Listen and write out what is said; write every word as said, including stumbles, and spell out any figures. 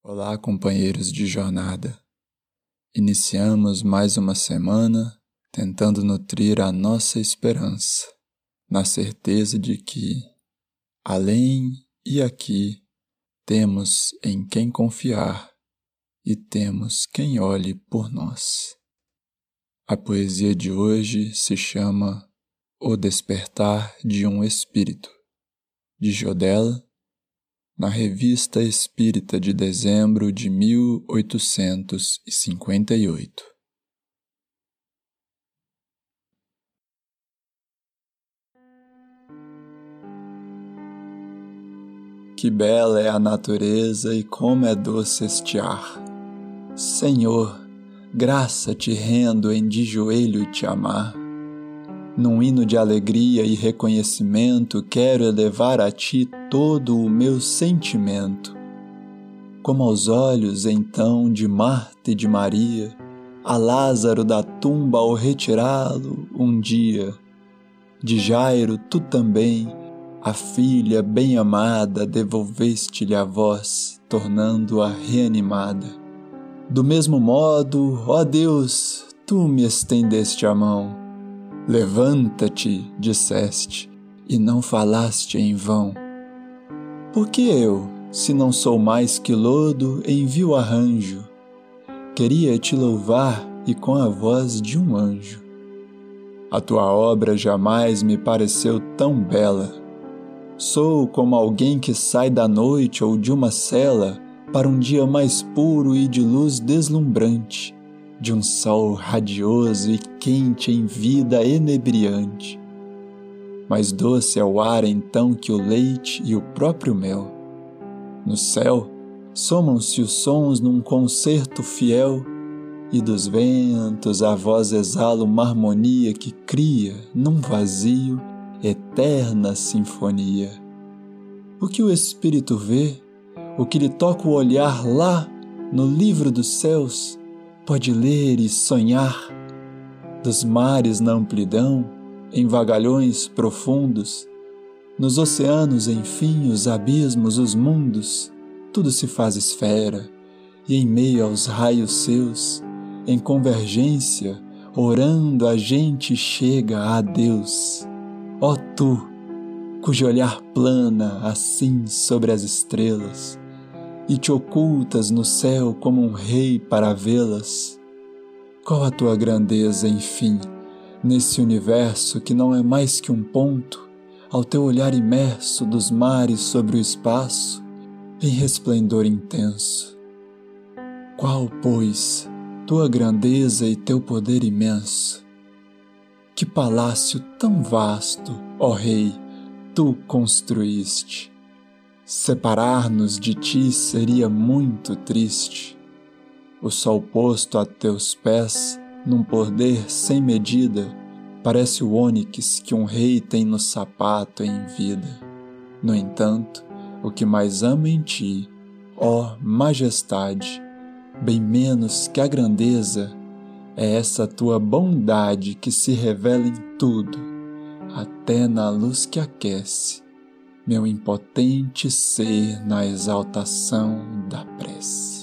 Olá, companheiros de jornada. Iniciamos mais uma semana tentando nutrir a nossa esperança, na certeza de que, além e aqui, temos em quem confiar e temos quem olhe por nós. A poesia de hoje se chama O Despertar de um Espírito, de Jodelle, na Revista Espírita de dezembro de mil oitocentos e cinquenta e oito. Que bela é a natureza e como é doce este ar. Senhor, graça te rendo em de joelho te amar. Num hino de alegria e reconhecimento, quero elevar a ti todo o meu sentimento. Como aos olhos, então, de Marta e de Maria, a Lázaro da tumba ao retirá-lo um dia. De Jairo, tu também, a filha bem-amada, devolveste-lhe a voz, tornando-a reanimada. Do mesmo modo, ó Deus, tu me estendeste a mão. Levanta-te, disseste, e não falaste em vão. Por que eu, se não sou mais que lodo, em vil arranjo? Queria te louvar e com a voz de um anjo. A tua obra jamais me pareceu tão bela. Sou como alguém que sai da noite ou de uma cela para um dia mais puro e de luz deslumbrante, de um sol radioso e quente em vida enebriante. Mais doce é o ar então que o leite e o próprio mel. No céu, somam-se os sons num concerto fiel, e dos ventos a voz exala uma harmonia que cria, num vazio, eterna sinfonia. O que o Espírito vê, o que lhe toca o olhar lá, no livro dos céus, pode ler e sonhar. Dos mares na amplidão, em vagalhões profundos, nos oceanos, enfim, os abismos, os mundos, tudo se faz esfera, e em meio aos raios seus, em convergência, orando a gente chega a Deus. Ó tu, cujo olhar plana assim sobre as estrelas, e te ocultas no céu como um rei para vê-las. Qual a tua grandeza, enfim, nesse universo que não é mais que um ponto, ao teu olhar imerso dos mares sobre o espaço, em resplendor intenso? Qual, pois, tua grandeza e teu poder imenso? Que palácio tão vasto, ó Rei, tu construíste? Separar-nos de ti seria muito triste. O sol posto a teus pés, num poder sem medida, parece o ônix que um rei tem no sapato em vida. No entanto, o que mais amo em ti, ó majestade, bem menos que a grandeza, é essa tua bondade que se revela em tudo, até na luz que aquece meu impotente ser na exaltação da prece.